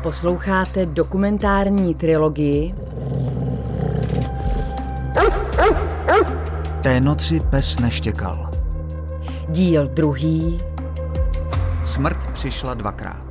Posloucháte dokumentární trilogii Té noci pes neštěkal. Díl 2. Smrt přišla dvakrát.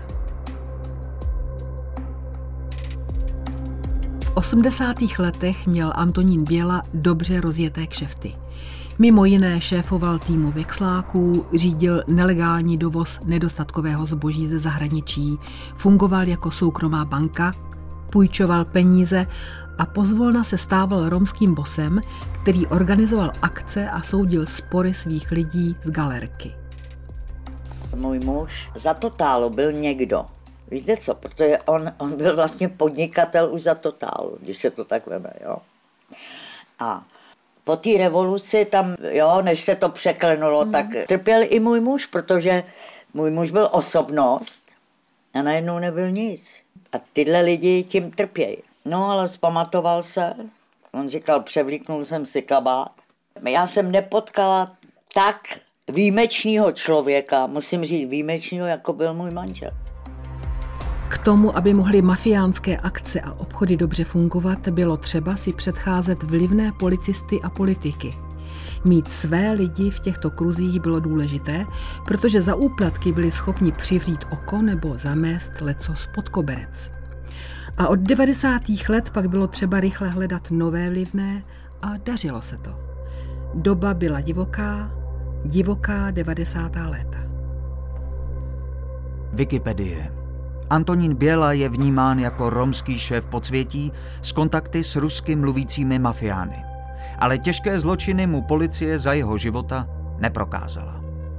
V 80. letech měl Antonín Běla dobře rozjeté kšefty. Mimo jiné šéfoval týmu vexláků, řídil nelegální dovoz nedostatkového zboží ze zahraničí, fungoval jako soukromá banka, půjčoval peníze a pozvolna se stával romským bosem, který organizoval akce a soudil spory svých lidí z galerky. Můj muž za Totálu byl někdo. Víte co, protože on byl vlastně podnikatel už za Totálu, když se to tak veme, jo. A po té revoluci tam, jo, než se to překlenulo, tak trpěl i můj muž, protože můj muž byl osobnost a najednou nebyl nic. A tyhle lidi tím trpějí. No, ale zpamatoval se, on říkal, převlíknul jsem si kabát. Já jsem nepotkala tak výjimečného člověka, musím říct výjimečného, jako byl můj manžel. K tomu, aby mohly mafiánské akce a obchody dobře fungovat, bylo třeba si předcházet vlivné policisty a politiky. Mít své lidi v těchto kruzích bylo důležité, protože za úplatky byli schopni přivřít oko nebo zamést lecos pod koberec. A od 90. let pak bylo třeba rychle hledat nové vlivné a dařilo se to. Doba byla divoká 90. léta. Wikipedie. Antonín Běla je vnímán jako romský šéf podsvětí s kontakty s rusky mluvícími mafiány. Ale těžké zločiny mu policie za jeho života neprokázala.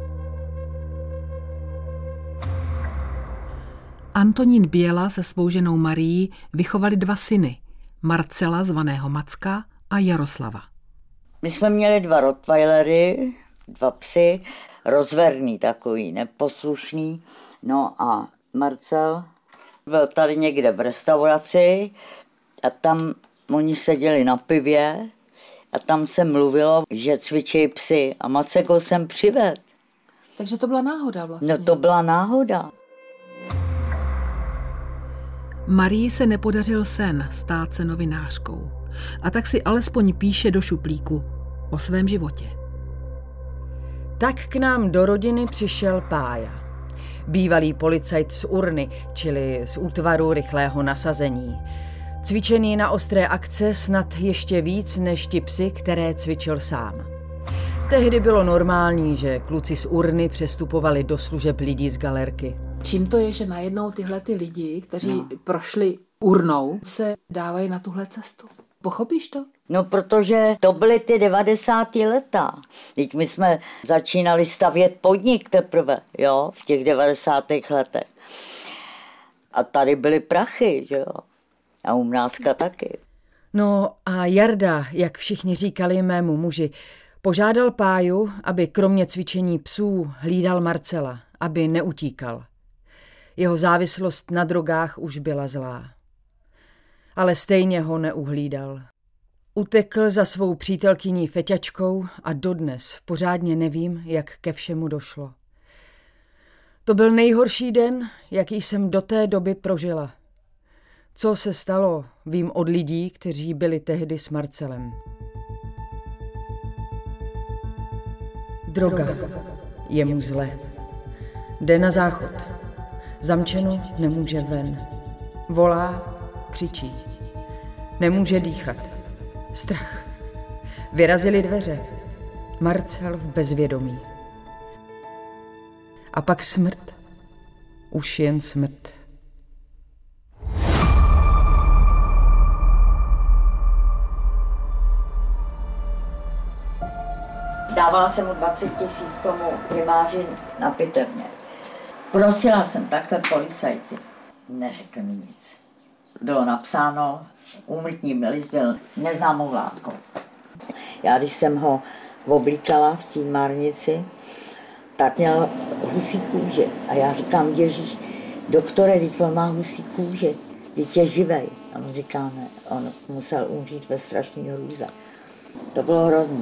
Antonín Běla se svou ženou Marií vychovali 2 syny, Marcela zvaného Macka a Jaroslava. My jsme měli 2 rottweilery, 2 psy, rozverný takový, neposlušný. No a Marcel byl tady někde v restauraci a tam oni seděli na pivě a tam se mluvilo, že cvičí psy a Macek ho sem přived. Takže to byla náhoda vlastně. No to byla náhoda. Marii se nepodařil sen stát se novinářkou. A tak si alespoň píše do šuplíku o svém životě. Tak k nám do rodiny přišel Pája. Bývalý policajt z Urny, čili z útvaru rychlého nasazení. Cvičený na ostré akce snad ještě víc než ti psi, které cvičil sám. Tehdy bylo normální, že kluci z Urny přestupovali do služeb lidí z galerky. Čím to je, že najednou tyhle ty lidi, kteří prošli Urnou, se dávají na tuhle cestu? Pochopíš to? No, protože to byly ty 90. leta. Teď my jsme začínali stavět podnik teprve, jo, v těch 90. letech. A tady byly prachy, že jo. A u Mrázka taky. No a Jarda, jak všichni říkali mému muži, požádal Páju, aby kromě cvičení psů hlídal Marcela, aby neutíkal. Jeho závislost na drogách už byla zlá. Ale stejně ho neuhlídal. Utekl za svou přítelkyní Feťačkou a dodnes pořádně nevím, jak ke všemu došlo. To byl nejhorší den, jaký jsem do té doby prožila. Co se stalo, vím od lidí, kteří byli tehdy s Marcelem. Droga. Je mu zle. Jde na záchod. Zamčeno, nemůže ven. Volá, křičí. Nemůže dýchat. Strach. Vyrazily dveře. Marcel v bezvědomí. A pak smrt. Už jen smrt. Dávala jsem mu 20 000 tomu primáři na pitevně. Prosila jsem takhle policajty. Neřekl mi nic. Bylo napsáno, úmrtní list byl neznámou látkou. Já, když jsem ho oblíkala v té márnici, tak měl husí kůži. A já říkám, Ježíš, doktore, teď on má husí kůži, teď je živej. A on říká, ne, on musel umřít ve strašný hrůze. To bylo hrozný.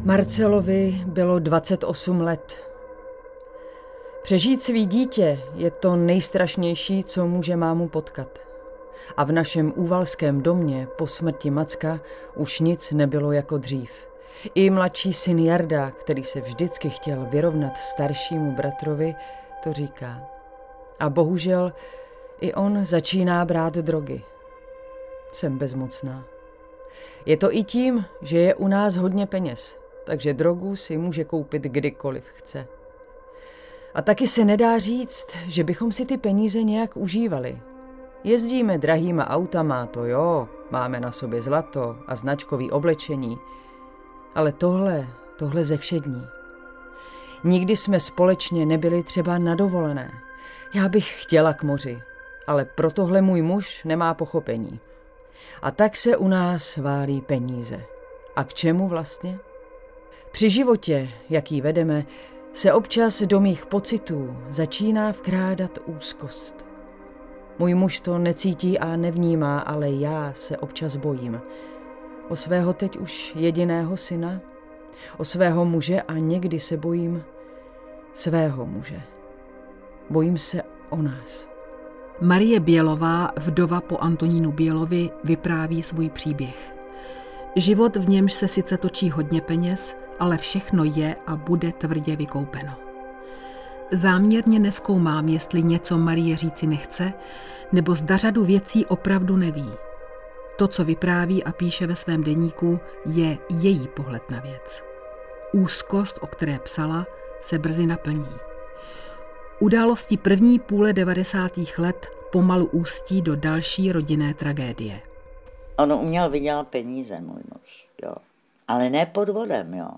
Marcelovi bylo 28 let. Přežít svý dítě je to nejstrašnější, co může mámu potkat. A v našem úvalském domě po smrti Macka už nic nebylo jako dřív. I mladší syn Jarda, který se vždycky chtěl vyrovnat staršímu bratrovi, to říká. A bohužel i on začíná brát drogy. Jsem bezmocná. Je to i tím, že je u nás hodně peněz, takže drogu si může koupit kdykoliv chce. A taky se nedá říct, že bychom si ty peníze nějak užívali. Jezdíme drahýma autama, to jo, máme na sobě zlato a značkový oblečení, ale tohle ze všední. Nikdy jsme společně nebyli třeba na dovolené. Já bych chtěla k moři, ale pro tohle můj muž nemá pochopení. A tak se u nás válí peníze. A k čemu vlastně? Při životě, jaký vedeme, se občas do mých pocitů začíná vkrádat úzkost. Můj muž to necítí a nevnímá, ale já se občas bojím. O svého teď už jediného syna, o svého muže a někdy se bojím svého muže. Bojím se o nás. Marie Bělová, vdova po Antonínu Bělovi, vypráví svůj příběh. Život, v němž se sice točí hodně peněz, ale všechno je a bude tvrdě vykoupeno. Záměrně nezkoumám, jestli něco Marie říci nechce, nebo zda řadu věcí opravdu neví. To, co vypráví a píše ve svém deníku, je její pohled na věc. Úzkost, o které psala, se brzy naplní. Události první půle 90. let pomalu ústí do další rodinné tragédie. On uměl vydělat peníze, můj muž, jo. Ale ne podvodem, jo.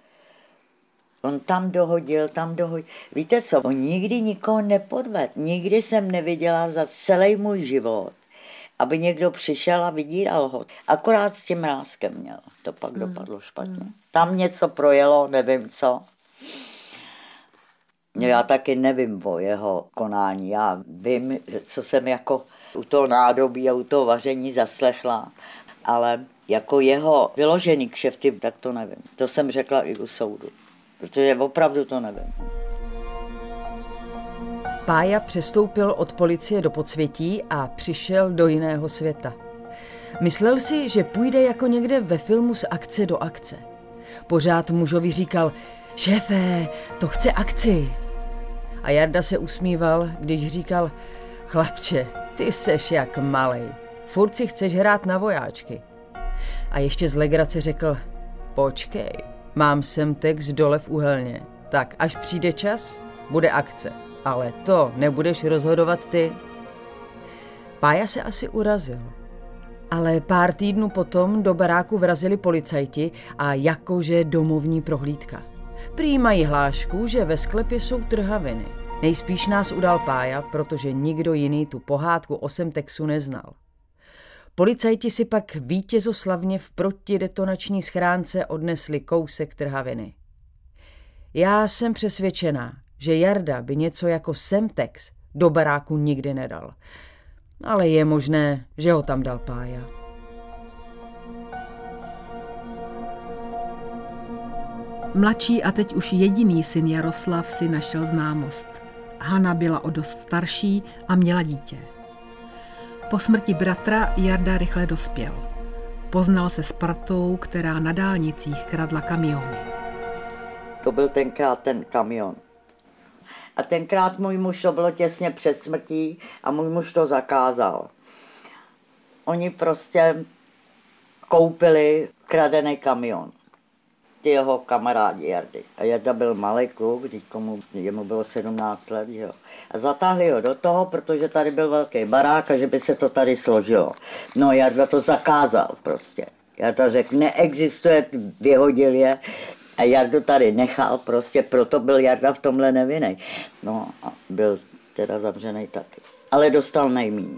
On tam dohodil. Víte co, on nikdy nikoho nepodvedl. Nikdy jsem neviděla za celý můj život, aby někdo přišel a vydíral ho. Akorát s tím Mrázkem měl. To pak dopadlo špatně. Tam něco projelo, nevím co. Já taky nevím o jeho konání. Já vím, co jsem jako u toho nádobí a u toho vaření zaslechla, ale jako jeho vyložený kšefty, tak to nevím. To jsem řekla i u soudu, protože opravdu to nevím. Pája přestoupil od policie do podsvětí a přišel do jiného světa. Myslel si, že půjde jako někde ve filmu z akce do akce. Pořád mužovi říkal, šéfe, to chce akci. A Jarda se usmíval, když říkal, chlapče, ty seš jak malej, furt si chceš hrát na vojáčky. A ještě z legrace řekl, počkej, mám sem text dole v Uhelně, tak až přijde čas, bude akce, ale to nebudeš rozhodovat ty. Pája se asi urazil. Ale pár týdnů potom do baráku vrazili policajti a jakože domovní prohlídka. Prý mají hlášku, že ve sklepě jsou trhaviny. Nejspíš nás udal Pája, protože nikdo jiný tu pohádku o Semtexu neznal. Policajti si pak vítězoslavně v protidetonační schránce odnesli kousek trhaviny. Já jsem přesvědčená, že Jarda by něco jako Semtex do baráku nikdy nedal. Ale je možné, že ho tam dal Pája. Mladší a teď už jediný syn Jaroslav si našel známost. Hana byla o dost starší a měla dítě. Po smrti bratra Jarda rychle dospěl. Poznal se s partou, která na dálnicích kradla kamiony. To byl tenkrát ten kamion. A tenkrát můj muž, to bylo těsně před smrtí a můj muž to zakázal. Oni prostě koupili kradený kamion. Ty jeho kamarádi Jardy. A Jarda byl malý kluk, jemu bylo 17 let, že jo. A zatáhli ho do toho, protože tady byl velký barák a že by se to tady složilo. No Jarda to zakázal prostě. Jarda řekl, neexistuje, vyhodil je. A Jardu tady nechal prostě, proto byl Jarda v tomhle nevinnej. No a byl teda zavřený taky. Ale dostal nejméně.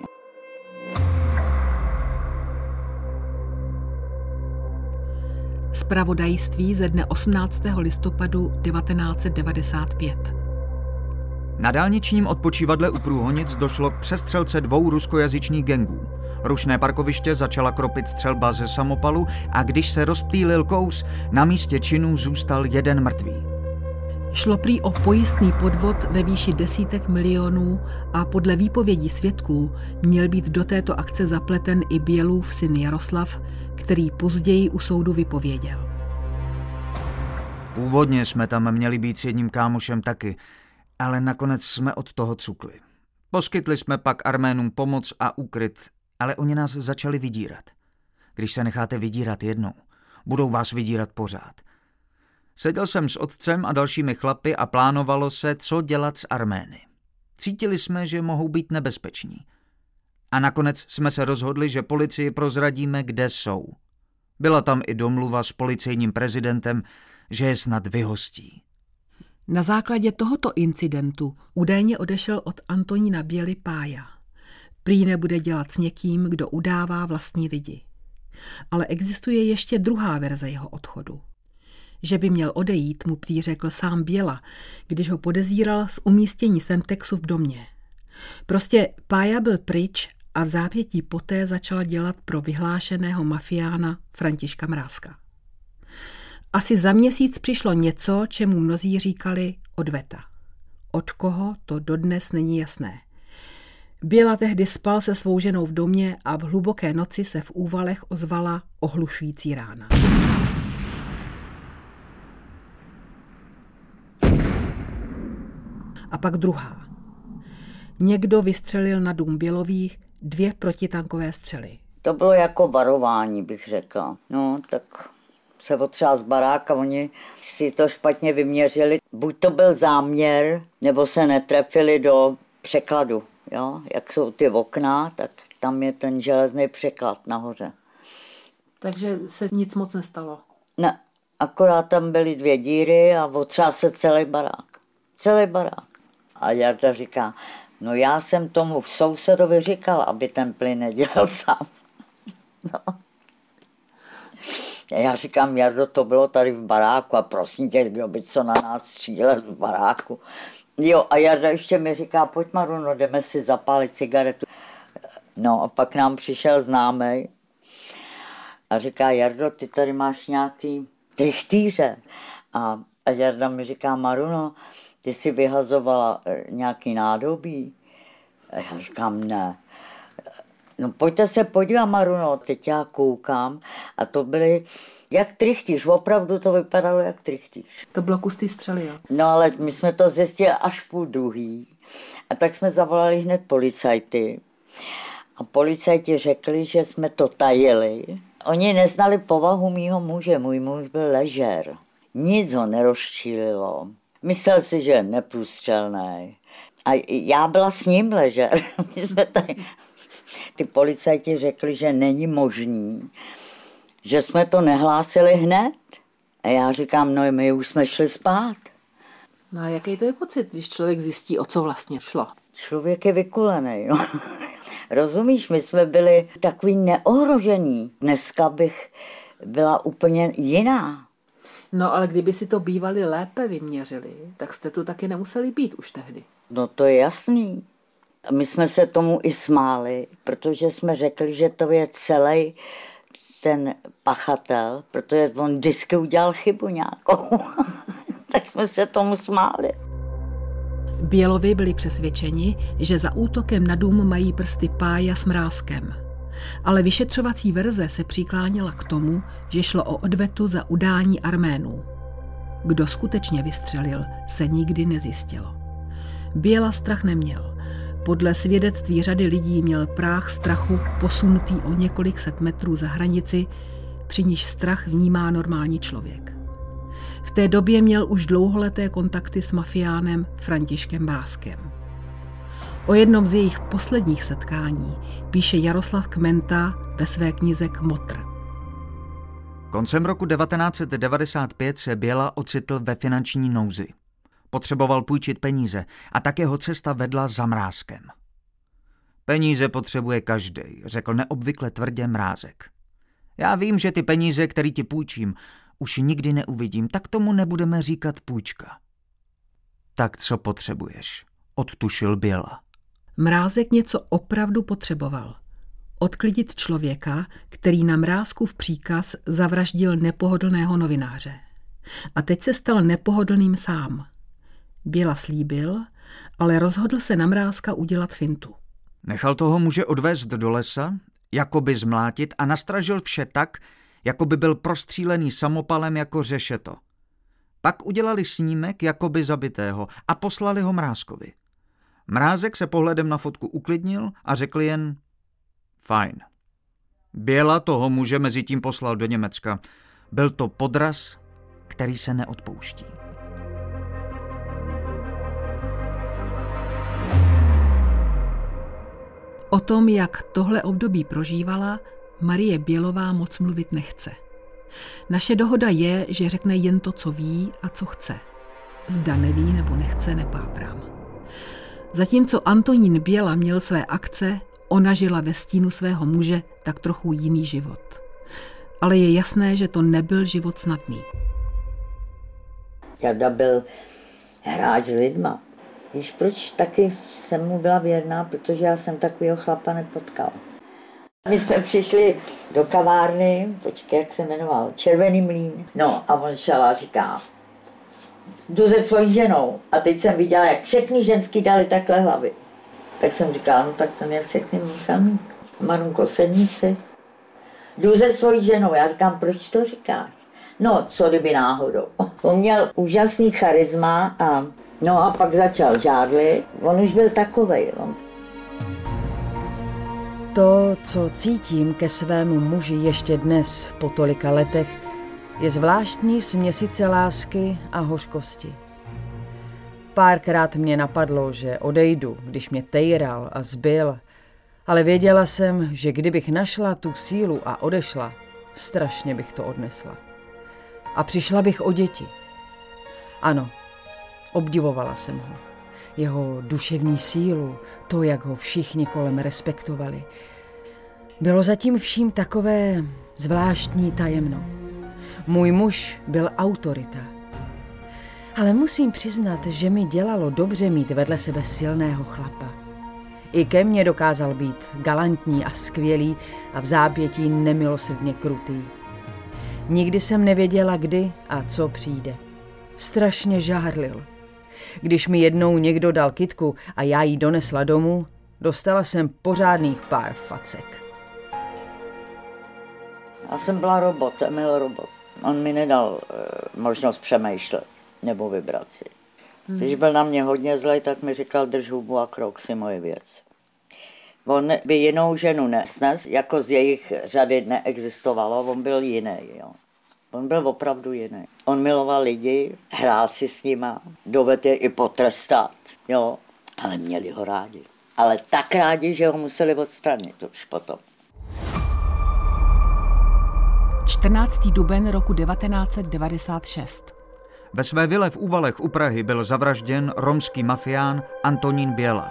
Zpravodajství ze dne 18. listopadu 1995. Na dálničním odpočívadle u Průhonic došlo k přestřelce 2 ruskojazyčných gangů. Rušné parkoviště začala kropit střelba ze samopalu a když se rozptýlil kous, na místě činu zůstal jeden mrtvý. Šlo prý o pojistný podvod ve výši desítek milionů a podle výpovědí svědků měl být do této akce zapleten i Bělův syn Jaroslav, který později u soudu vypověděl. Původně jsme tam měli být s jedním kámošem taky, ale nakonec jsme od toho cukli. Poskytli jsme pak Arménům pomoc a úkryt, ale oni nás začali vydírat. Když se necháte vydírat jednou, budou vás vydírat pořád. Seděl jsem s otcem a dalšími chlapy a plánovalo se, co dělat s Armény. Cítili jsme, že mohou být nebezpeční. A nakonec jsme se rozhodli, že policii prozradíme, kde jsou. Byla tam i domluva s policejním prezidentem, že je snad vyhostí. Na základě tohoto incidentu údajně odešel od Antonína Běly Pája. Prý nebude dělat s někým, kdo udává vlastní lidi. Ale existuje ještě druhá verze jeho odchodu. Že by měl odejít, mu prý řekl sám Běla, když ho podezíral z umístění Semtexu v domě. Prostě Pája byl pryč a v zápětí poté začal dělat pro vyhlášeného mafiána Františka Mrázka. Asi za měsíc přišlo něco, čemu mnozí říkali odveta. Od koho, to dodnes není jasné. Běla tehdy spal se svou ženou v domě a v hluboké noci se v Úvalech ozvala ohlušující rána. A pak druhá. Někdo vystřelil na dům Bělových 2 protitankové střely. To bylo jako varování, bych řekla. No, tak se otřás barák a oni si to špatně vyměřili. Buď to byl záměr, nebo se netrefili do překladu. Jo? Jak jsou ty okna, tak tam je ten železný překlad nahoře. Takže se nic moc nestalo? Ne, akorát tam byly 2 díry a otřás se celý barák. Celý barák. A Jarda říká, no já jsem tomu sousedovi říkal, aby ten plyn nedělal sám. No. Já říkám, Jardo, to bylo tady v baráku a prosím tě, kdo by co na nás střílel v baráku. Jo, a Jarda ještě mi říká, pojď Maruno, jdeme si zapálit cigaretu. No a pak nám přišel známej a říká, Jardo, ty tady máš nějaký trichtýře. A Jarda mi říká, Maruno, ty jsi vyhazovala nějaký nádobí? A já říkám, ne. No pojďte se podívat, Maruno, teď já koukám a to byly jak trichtýř, opravdu to vypadalo jak trichtýř. To bylo kus ty střely, jo? No ale my jsme to zjistili až 1:30 a tak jsme zavolali hned policajty a policajti řekli, že jsme to tajili. Oni neznali povahu mýho muže, můj muž byl ležer, nic ho nerozčílilo. Myslel si, že je neprůstřelný. A já byla s ním ležer. My jsme tady... Ty policajti řekli, že není možný, že jsme to nehlásili hned. A já říkám, no my už jsme šli spát. No a jaký to je pocit, když člověk zjistí, o co vlastně šlo? Člověk je vykulený, no. Rozumíš, my jsme byli takový neohrožení. Dneska bych byla úplně jiná. No ale kdyby si to bývali lépe vyměřili, tak jste tu taky nemuseli být už tehdy. No to je jasný. My jsme se tomu i smáli, protože jsme řekli, že to je celý ten pachatel, protože on vždycky udělal chybu nějakou. Tak jsme se tomu smáli. Bělovi byli přesvědčeni, že za útokem na dům mají prsty Pája s Mrázkem. Ale vyšetřovací verze se přikláněla k tomu, že šlo o odvetu za udání Arménů. Kdo skutečně vystřelil, se nikdy nezjistilo. Běla strach neměl. Podle svědectví řady lidí měl práh strachu posunutý o několik set metrů za hranici, při níž strach vnímá normální člověk. V té době měl už dlouholeté kontakty s mafiánem Františkem Mrázkem. O jednom z jejich posledních setkání píše Jaroslav Kmenta ve své knize Kmotr. Koncem roku 1995 se Běla ocitl ve finanční nouzi. Potřeboval půjčit peníze a tak jeho cesta vedla za Mrázkem. Peníze potřebuje každej, řekl neobvykle tvrdě Mrázek. Já vím, že ty peníze, které ti půjčím, už nikdy neuvidím, tak tomu nebudeme říkat půjčka. Tak co potřebuješ? Odtušil Běla. Mrázek něco opravdu potřeboval. Odklidit člověka, který na Mrázkův příkaz zavraždil nepohodlného novináře. A teď se stal nepohodlným sám. Běla slíbil, ale rozhodl se na Mrázka udělat fintu. Nechal toho muže odvést do lesa, jakoby zmlátit a nastražil vše tak, jakoby byl prostřílený samopalem jako řešeto. Pak udělali snímek jakoby zabitého a poslali ho Mrázkovi. Mrázek se pohledem na fotku uklidnil a řekl jen fajn. Běla toho muže mezi tím poslal do Německa. Byl to podraz, který se neodpouští. O tom, jak tohle období prožívala, Marie Bělová moc mluvit nechce. Naše dohoda je, že řekne jen to, co ví a co chce. Zda neví nebo nechce, nepátrám. Zatímco Antonín Běla měl své akce, ona žila ve stínu svého muže tak trochu jiný život. Ale je jasné, že to nebyl život snadný. Jarda byl hráč s lidma. Víš, proč taky jsem mu byla věrná? Protože já jsem takového chlapa nepotkala. My jsme přišli do kavárny, počkej, jak se jmenoval, Červený mlýn. No a on šel a říká, jdu se svojí ženou. A teď jsem viděla, jak všechny ženský dali takhle hlavy. Tak jsem říkala, no tak ten je všechny musel mít. Marunko, sedni si. Jdu se svojí ženou. Já říkám, proč to říkáš? No, co kdyby náhodou. On měl úžasný charisma a pak začal žádlit. On už byl takovej. To, co cítím ke svému muži ještě dnes po tolika letech, je zvláštní směsice lásky a hořkosti. Párkrát mě napadlo, že odejdu, když mě tejral a zbil, ale věděla jsem, že kdybych našla tu sílu a odešla, strašně bych to odnesla. A přišla bych o děti. Ano, obdivovala jsem ho. Jeho duševní sílu, to, jak ho všichni kolem respektovali. Bylo zatím vším takové zvláštní tajemno. Můj muž byl autorita. Ale musím přiznat, že mi dělalo dobře mít vedle sebe silného chlapa. I ke mně dokázal být galantní a skvělý a v zápětí nemilosrdně krutý. Nikdy jsem nevěděla, kdy a co přijde. Strašně žárlil. Když mi jednou někdo dal kytku a já ji donesla domů, dostala jsem pořádných pár facek. Já jsem byla robot, Emil robot. On mi nedal možnost přemýšlet nebo vybrat si. Když byl na mě hodně zlej, tak mi říkal, drž hubu a krok si moje věc. On by jinou ženu nesnes, jako z jejich řady neexistovalo, on byl jiný. Jo. On byl opravdu jiný. On miloval lidi, hrál si s nima, dovedl je i potrestat, jo, ale měli ho rádi. Ale tak rádi, že ho museli odstranit už potom. 14. duben roku 1996. Ve své vile v Úvalech u Prahy byl zavražděn romský mafián Antonín Běla.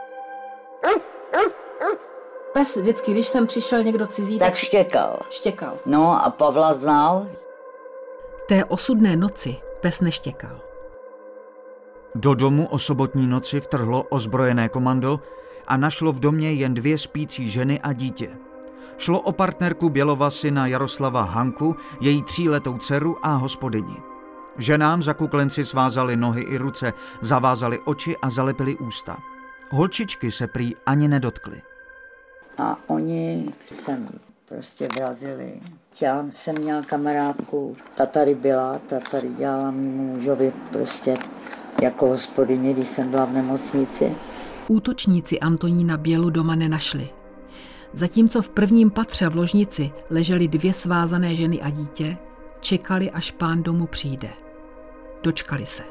Pes vždycky, když jsem přišel někdo cizí, tak štěkal. No a Pavla znal. Té osudné noci pes neštěkal. Do domu o sobotní noci vtrhlo ozbrojené komando a našlo v domě jen 2 spící ženy a dítě. Šlo o partnerku Bělova syna Jaroslava Hanku, její 3letou dceru a hospodyni. Ženám za kuklenci svázali nohy i ruce, zavázali oči a zalepili ústa. Holčičky se prý ani nedotkly. A oni sem prostě vrazili. Já jsem měla kamarádku, ta tady byla, ta tady dělala mému mužovi prostě jako hospodyně, když jsem byla v nemocnici. Útočníci Antonína Bělu doma nenašli. Zatímco v prvním patře v ložnici ležely 2 svázané ženy a dítě, čekali, až pán domů přijde. Dočkali se.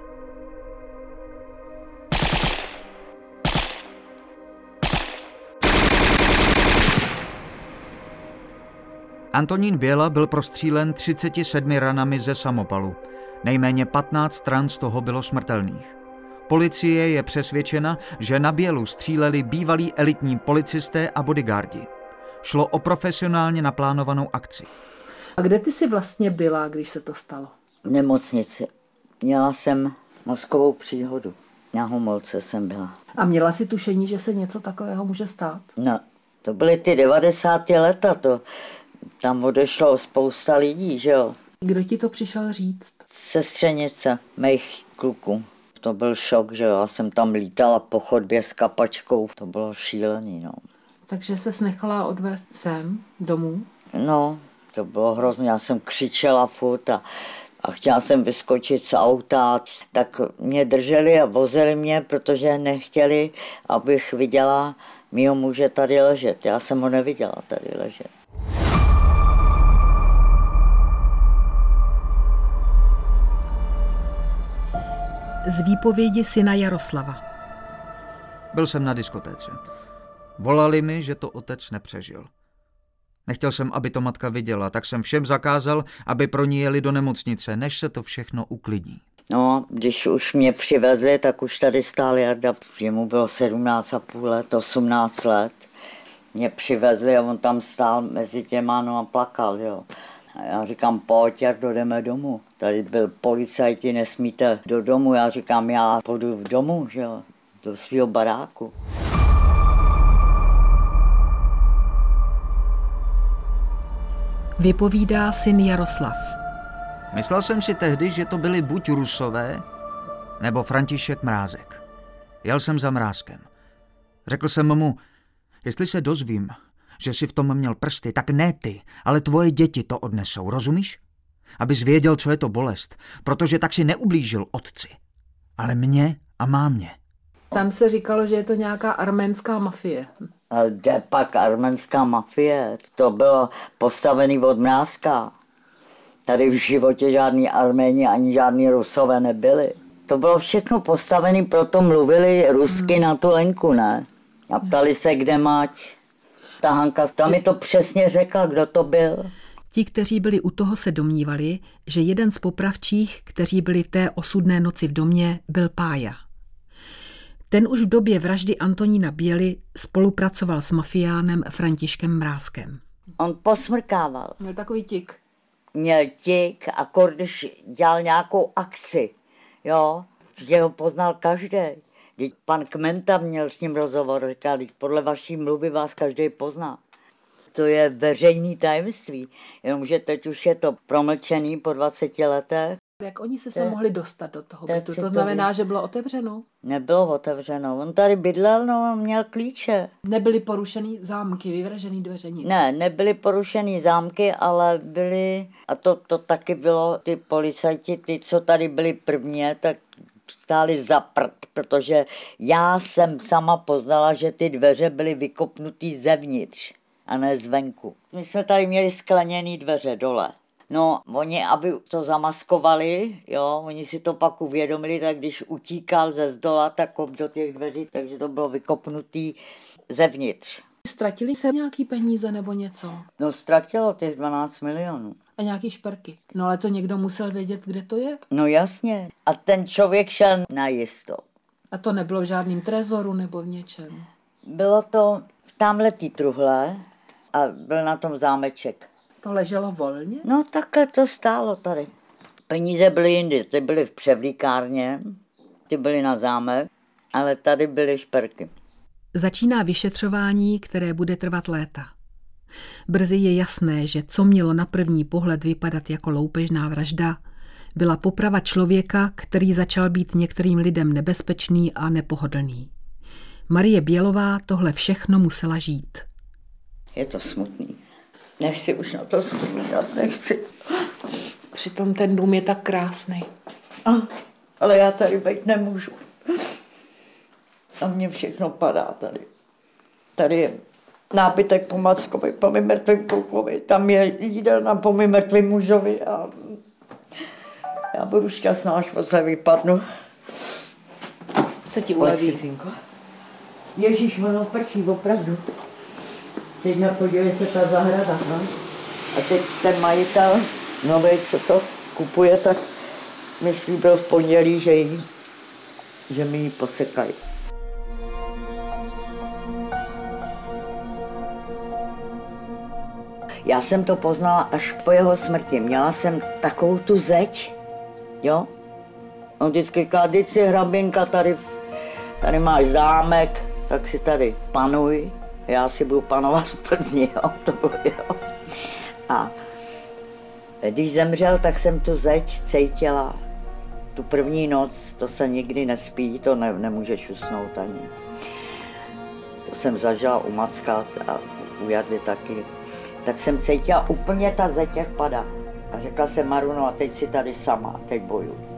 Antonín Běla byl prostřílen 37 ranami ze samopalu. Nejméně 15 ran z toho bylo smrtelných. Policie je přesvědčena, že na Bělu stříleli bývalí elitní policisté a bodyguardi. Šlo o profesionálně naplánovanou akci. A kde ty jsi vlastně byla, když se to stalo? V nemocnici. Měla jsem mozkovou příhodu. Na Homolce jsem byla. A měla jsi tušení, že se něco takového může stát? No, To byly ty 90. leta, tam odešlo spousta lidí, že jo. Kdo ti to přišel říct? Sestřenice mých kluků. To byl šok, že jo. Já jsem tam lítala po chodbě s kapačkou. To bylo šílený, no. Takže ses nechala odvést sem, domů? No, to bylo hrozně. Já jsem křičela furt a chtěla jsem vyskočit z auta. Tak mě drželi a vozili mě, protože nechtěli, abych viděla mýho muže tady ležet. Já jsem ho neviděla tady ležet. Z výpovědi syna Jaroslava. Byl jsem na diskotéce. Volali mi, že to otec nepřežil. Nechtěl jsem, aby to matka viděla, tak jsem všem zakázal, aby pro ní jeli do nemocnice, než se to všechno uklidní. No, když už mě přivezli, tak už tady stál Jarda, jemu bylo 17,5 let, 18 let. Mě přivezli a on tam stál mezi těma a plakal, jo. A já říkám, pojď, Jardo, jdeme domů. Tady byl policajti, nesmíte do domu. Já říkám, já půjdu domů, že jo, do svého baráku. Vypovídá syn Jaroslav. Myslel jsem si tehdy, že to byli buď Rusové, nebo František Mrázek. Jel jsem za Mrázkem. Řekl jsem mu, jestli se dozvím, že jsi v tom měl prsty, tak ne ty, ale tvoje děti to odnesou, rozumíš? Abys věděl, co je to bolest, protože tak si neublížil otci, ale mě a mámě. Tam se říkalo, že je to nějaká arménská mafie. A kde pak arménská mafie? To bylo postavený od Mrázka. Tady v životě žádný Arméni ani žádný Rusové nebyli. To bylo všechno postavené, proto mluvili rusky na tu Lenku, ne? A ptali se, kde mať. Ta Hanka, tam mi to přesně řekla, kdo to byl. Ti, kteří byli u toho, se domnívali, že jeden z popravčích, kteří byli té osudné noci v domě, byl Pája. Ten už v době vraždy Antonína Běly spolupracoval s mafiánem Františkem Mrázkem. On posmrkával. Měl takový tik. Měl tik a když dělal nějakou akci, jo, že ho poznal každý. Když pan Kmenta měl s ním rozhovor, říkal, podle vaší mluvy vás každý pozná. To je veřejný tajemství, jenomže teď už je to promlčený po 20 letech. Jak oni se mohli dostat do toho bytu? To znamená, že bylo otevřeno? Nebylo otevřeno. On tady bydlel, no, měl klíče. Nebyly porušený zámky, vyvražený dveře, nic? Ne, nebyly porušený zámky, ale byly, a to taky bylo, ty policajti, ty, co tady byli prvně, tak stáli za prd, protože já jsem sama poznala, že ty dveře byly vykopnutý zevnitř a ne zvenku. My jsme tady měli skleněné dveře dole. No, oni, aby to zamaskovali, jo, oni si to pak uvědomili, tak když utíkal ze zdola, tak do těch dveří, takže to bylo vykopnutý zevnitř. Ztratili se nějaký peníze nebo něco? No, ztratilo těch 12 milionů. A nějaký šperky. No, ale to někdo musel vědět, kde to je? No, jasně. A ten člověk šel na jisto. A to nebylo v žádném trezoru nebo v něčem? Bylo to v tamhletý truhle a byl na tom zámeček. To leželo volně? No takhle to stálo tady. Peníze byly jindy, ty byly v převlíkárně, ty byly na zámek, ale tady byly šperky. Začíná vyšetřování, které bude trvat léta. Brzy je jasné, že co mělo na první pohled vypadat jako loupežná vražda, byla poprava člověka, který začal být některým lidem nebezpečný a nepohodlný. Marie Bělová tohle všechno musela žít. Je to smutný. Nechci už na to vzpomínat, nechci. Přitom ten dům je tak krásný. Ale já tady být nemůžu. A mně všechno padá tady. Tady je nábytek po Mackovi, po mým mrtvým klukovi. Tam je jídelna po mým mrtvým mužovi. A já budu šťastná, až se vypadnu. Co ti uleví? Ježíš, ono prší, opravdu. Teď podívej se ta zahrada, no? A teď ten majitel, nový, co to kupuje, tak mi slíbil v pondělí, že mi ji posekají. Já jsem to poznala až po jeho smrti. Měla jsem takovou tu zeď, jo? On vždycky říkal, vždyť si hrabinka, tady máš zámek, tak si tady panuj. já si budu panovat v Plzni, jo, to bylo, jo. A když zemřel, tak jsem tu zeď cítila. Tu první noc, to se nikdy nespí, to nemůžeš usnout ani. To jsem zažila u Macka a u Jardy taky. Tak jsem cítila úplně ta zeď, jak padá. A řekla jsem Maruno, a teď si tady sama, teď bojuj.